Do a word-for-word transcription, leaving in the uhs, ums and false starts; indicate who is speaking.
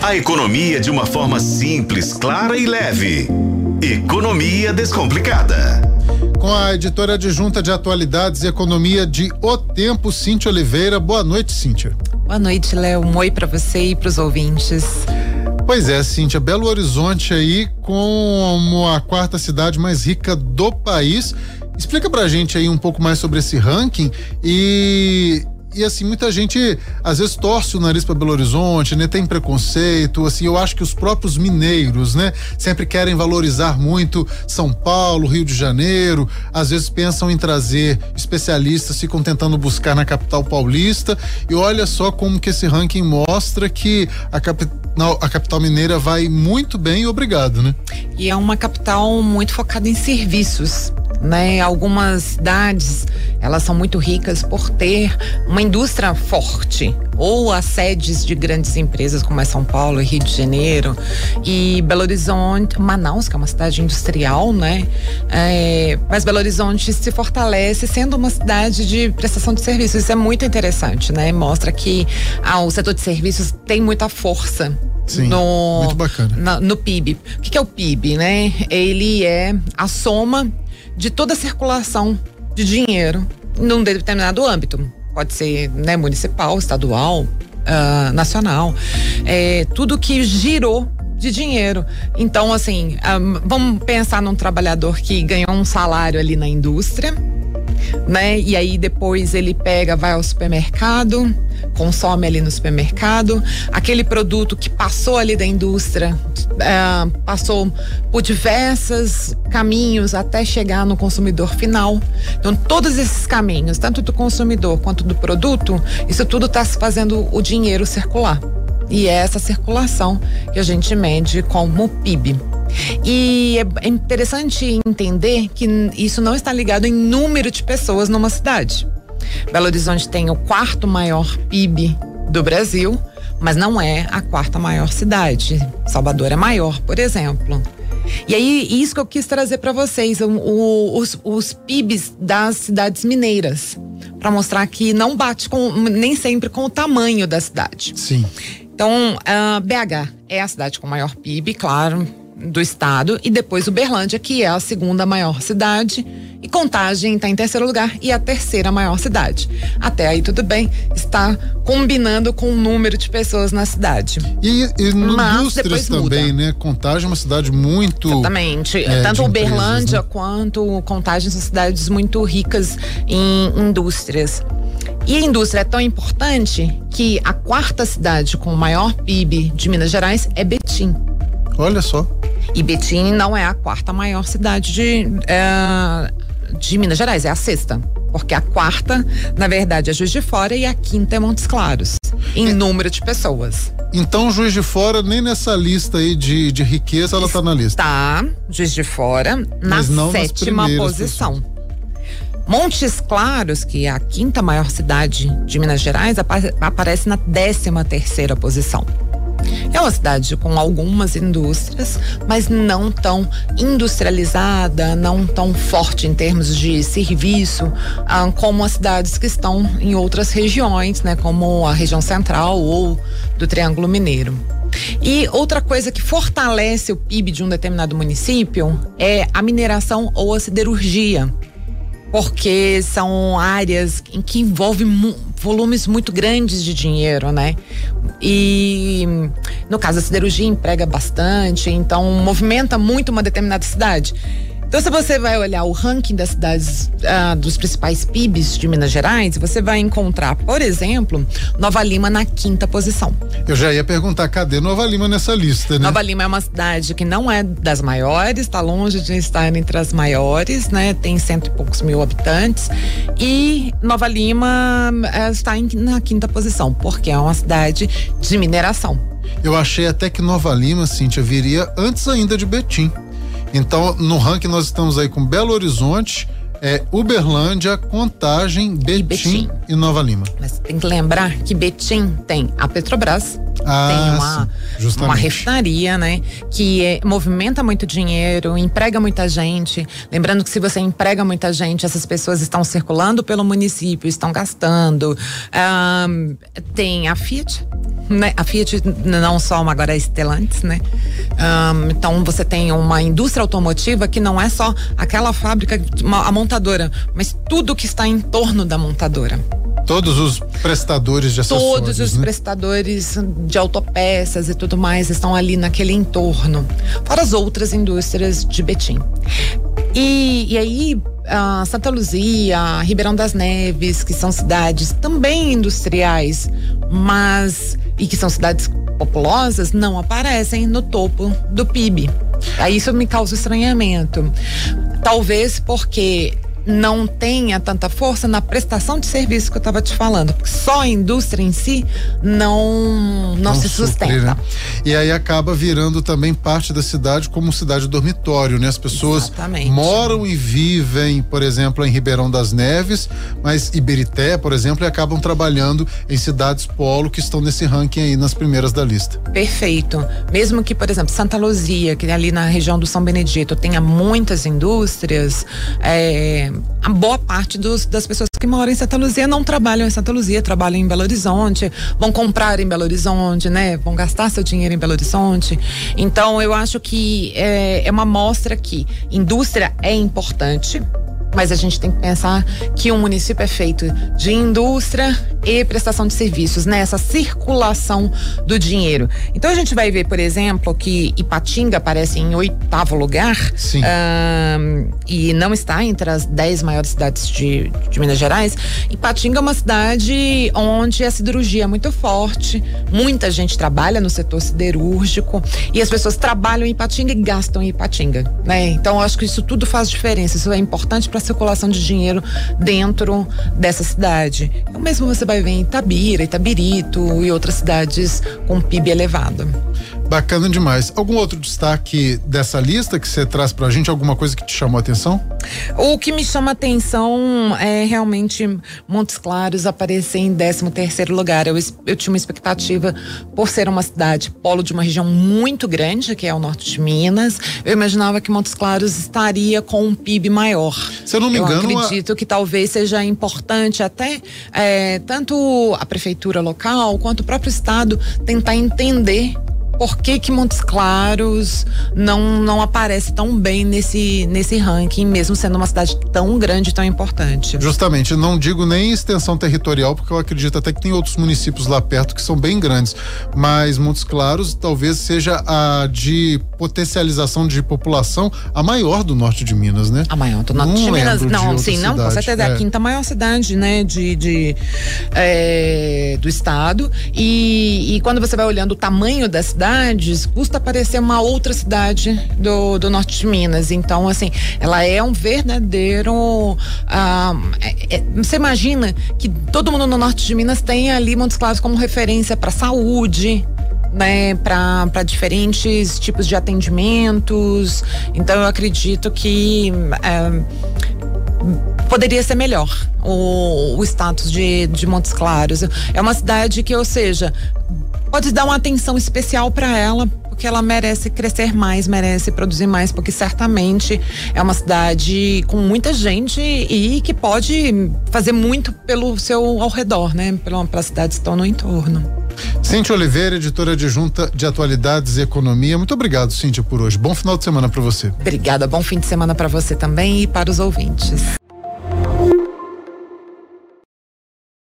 Speaker 1: A economia de uma forma simples, clara e leve. Economia Descomplicada.
Speaker 2: Com a editora adjunta de atualidades e economia de O Tempo, Cíntia Oliveira. Boa noite, Cíntia.
Speaker 3: Boa noite, Léo. Um oi para você e para os ouvintes.
Speaker 2: Pois é, Cíntia, Belo Horizonte aí como a quarta cidade mais rica do país. Explica pra gente aí um pouco mais sobre esse ranking e... E assim, muita gente às vezes torce o nariz para Belo Horizonte, né? Tem preconceito, assim, eu acho que os próprios mineiros, né? Sempre querem valorizar muito São Paulo, Rio de Janeiro, às vezes pensam em trazer especialistas, ficam tentando buscar na capital paulista, e olha só como que esse ranking mostra que a capital, a capital mineira vai muito bem, obrigado, né?
Speaker 3: E é uma capital muito focada em serviços, né? Algumas cidades, elas são muito ricas por ter uma indústria forte, ou as sedes de grandes empresas como é São Paulo e Rio de Janeiro, e Belo Horizonte, Manaus, que é uma cidade industrial, né? É, mas Belo Horizonte se fortalece sendo uma cidade de prestação de serviços. Isso é muito interessante, né? Mostra que ah, o setor de serviços tem muita força.
Speaker 2: Sim,
Speaker 3: no,
Speaker 2: muito bacana.
Speaker 3: Na, no P I B. O que, que é o P I B, né? Ele é a soma de toda a circulação de dinheiro num determinado âmbito. Pode ser, né, municipal, estadual, uh, nacional. É, tudo que girou de dinheiro. Então, assim, um, vamos pensar num trabalhador que ganhou um salário ali na indústria, né? E aí depois ele pega, vai ao supermercado, consome ali no supermercado, aquele produto que passou ali da indústria, é, passou por diversos caminhos até chegar no consumidor final. Então, todos esses caminhos, tanto do consumidor quanto do produto, isso tudo está fazendo o dinheiro circular. E é essa circulação que a gente mede como P I B. E é interessante entender que isso não está ligado em número de pessoas numa cidade. Belo Horizonte tem o quarto maior P I B do Brasil, mas não é a quarta maior cidade. Salvador é maior, por exemplo. E aí, isso que eu quis trazer para vocês, o, o, os, os P I Bs das cidades mineiras, para mostrar que não bate com, nem sempre com o tamanho da cidade.
Speaker 2: Sim.
Speaker 3: Então, uh, B H é a cidade com maior P I B, claro, do estado, e depois Uberlândia, que é a segunda maior cidade, e Contagem está em terceiro lugar e a terceira maior cidade. Até aí tudo bem, está combinando com o número de pessoas na cidade.
Speaker 2: E, e indústrias também, né? Contagem é uma cidade muito...
Speaker 3: Exatamente,
Speaker 2: é,
Speaker 3: tanto Uberlândia,
Speaker 2: né?
Speaker 3: quanto Contagem são cidades muito ricas em indústrias. E a indústria é tão importante que a quarta cidade com o maior P I B de Minas Gerais é Betim.
Speaker 2: Olha só.
Speaker 3: E Betim não é a quarta maior cidade de, é, de Minas Gerais, é a sexta. Porque a quarta, na verdade, é Juiz de Fora e a quinta é Montes Claros, em é. número de pessoas.
Speaker 2: Então, Juiz de Fora, nem nessa lista aí de, de riqueza, ela está na lista.
Speaker 3: Tá, Juiz de Fora, na sétima posição. Pessoas. Montes Claros, que é a quinta maior cidade de Minas Gerais, apa- aparece na décima terceira posição. É uma cidade com algumas indústrias, mas não tão industrializada, não tão forte em termos de serviço, ah, como as cidades que estão em outras regiões, né, como a região central ou do Triângulo Mineiro. E outra coisa que fortalece o P I B de um determinado município é a mineração ou a siderurgia, porque são áreas em que envolvem mu- volumes muito grandes de dinheiro, né? E no caso a siderurgia emprega bastante, então movimenta muito uma determinada cidade. Então, se você vai olhar o ranking das cidades, ah, dos principais P I Bs de Minas Gerais, você vai encontrar, por exemplo, Nova Lima na quinta posição.
Speaker 2: Eu já ia perguntar, cadê Nova Lima nessa lista, né?
Speaker 3: Nova Lima é uma cidade que não é das maiores, está longe de estar entre as maiores, né? Tem cento e poucos mil habitantes. E Nova Lima é, está em, na quinta posição, porque é uma cidade de mineração.
Speaker 2: Eu achei até que Nova Lima, Cíntia, viria antes ainda de Betim. Então, no ranking nós estamos aí com Belo Horizonte, é, Uberlândia, Contagem, Betim e, Betim e Nova Lima.
Speaker 3: Mas tem que lembrar que Betim tem a Petrobras,
Speaker 2: Ah,
Speaker 3: tem uma,
Speaker 2: sim,
Speaker 3: uma refinaria, né? Que é, movimenta muito dinheiro, emprega muita gente. Lembrando que se você emprega muita gente, essas pessoas estão circulando pelo município, estão gastando. Um, tem a Fiat, né? A Fiat não só uma, agora é Stellantis, né? Um, então você tem uma indústria automotiva que não é só aquela fábrica, uma, a montadora, mas tudo que está em torno da montadora.
Speaker 2: Todos os prestadores de acessórios.
Speaker 3: Todos os
Speaker 2: né?
Speaker 3: prestadores de autopeças e tudo mais estão ali naquele entorno. Fora as outras indústrias de Betim. E, e aí, a Santa Luzia, Ribeirão das Neves, que são cidades também industriais, mas e que são cidades populosas, não aparecem no topo do P I B. Aí isso me causa estranhamento. Talvez porque não tenha tanta força na prestação de serviço que eu estava te falando, porque só a indústria em si não, não, não se sustenta.
Speaker 2: Suprir, né? E aí acaba virando também parte da cidade como cidade dormitório, né? As pessoas
Speaker 3: Exatamente.
Speaker 2: moram e vivem, por exemplo, em Ribeirão das Neves, mas Iberité, por exemplo, e acabam trabalhando em cidades polo que estão nesse ranking aí nas primeiras da lista.
Speaker 3: Perfeito. Mesmo que, por exemplo, Santa Luzia, que ali na região do São Benedito tenha muitas indústrias, é, a boa parte dos, das pessoas que moram em Santa Luzia não trabalham em Santa Luzia, trabalham em Belo Horizonte, vão comprar em Belo Horizonte, né? Vão gastar seu dinheiro em Belo Horizonte. Então, eu acho que é, é uma mostra que indústria é importante, mas a gente tem que pensar que um município é feito de indústria e prestação de serviços, né? Essa circulação do dinheiro. Então a gente vai ver, por exemplo, que Ipatinga aparece em oitavo lugar.
Speaker 2: Sim.
Speaker 3: Um, e não está entre as dez maiores cidades de, de Minas Gerais. Ipatinga é uma cidade onde a siderurgia é muito forte, muita gente trabalha no setor siderúrgico e as pessoas trabalham em Ipatinga e gastam em Ipatinga, né? Então eu acho que isso tudo faz diferença, isso é importante para circulação de dinheiro dentro dessa cidade. O mesmo você vai ver em Itabira, Itabirito e outras cidades com P I B elevado.
Speaker 2: Bacana demais. Algum outro destaque dessa lista que você traz pra gente? Alguma coisa que te chamou a atenção?
Speaker 3: O que me chama a atenção é realmente Montes Claros aparecer em décimo terceiro lugar. Eu, eu tinha uma expectativa por ser uma cidade polo de uma região muito grande, que é o norte de Minas. Eu imaginava que Montes Claros estaria com um P I B maior.
Speaker 2: Se eu não me engano,
Speaker 3: eu acredito a... que talvez seja importante até é, tanto a prefeitura local quanto o próprio estado tentar entender por que que Montes Claros não, não aparece tão bem nesse, nesse ranking, mesmo sendo uma cidade tão grande e tão importante.
Speaker 2: Justamente, não digo nem extensão territorial, porque eu acredito até que tem outros municípios lá perto que são bem grandes, mas Montes Claros talvez seja a de potencialização de população a maior do norte de Minas, né?
Speaker 3: A maior do norte
Speaker 2: não
Speaker 3: de Minas, não,
Speaker 2: de
Speaker 3: sim, não, com certeza é a quinta maior cidade, né, de, de é, do estado, e, e quando você vai olhando o tamanho da cidade, custa parecer uma outra cidade do, do norte de Minas. Então, assim, ela é um verdadeiro. Ah, é, é, você imagina que todo mundo no norte de Minas tem ali Montes Claros como referência para saúde, né, para diferentes tipos de atendimentos. Então, eu acredito que é, poderia ser melhor o, o status de, de Montes Claros. É uma cidade que, ou seja, pode dar uma atenção especial para ela, porque ela merece crescer mais, merece produzir mais, porque certamente é uma cidade com muita gente e que pode fazer muito pelo seu ao redor, né? Pelas cidades que estão no entorno.
Speaker 2: Cíntia Oliveira, editora adjunta de Atualidades e Economia. Muito obrigado, Cíntia, por hoje. Bom final de semana para você.
Speaker 3: Obrigada, bom fim de semana para você também e para os ouvintes.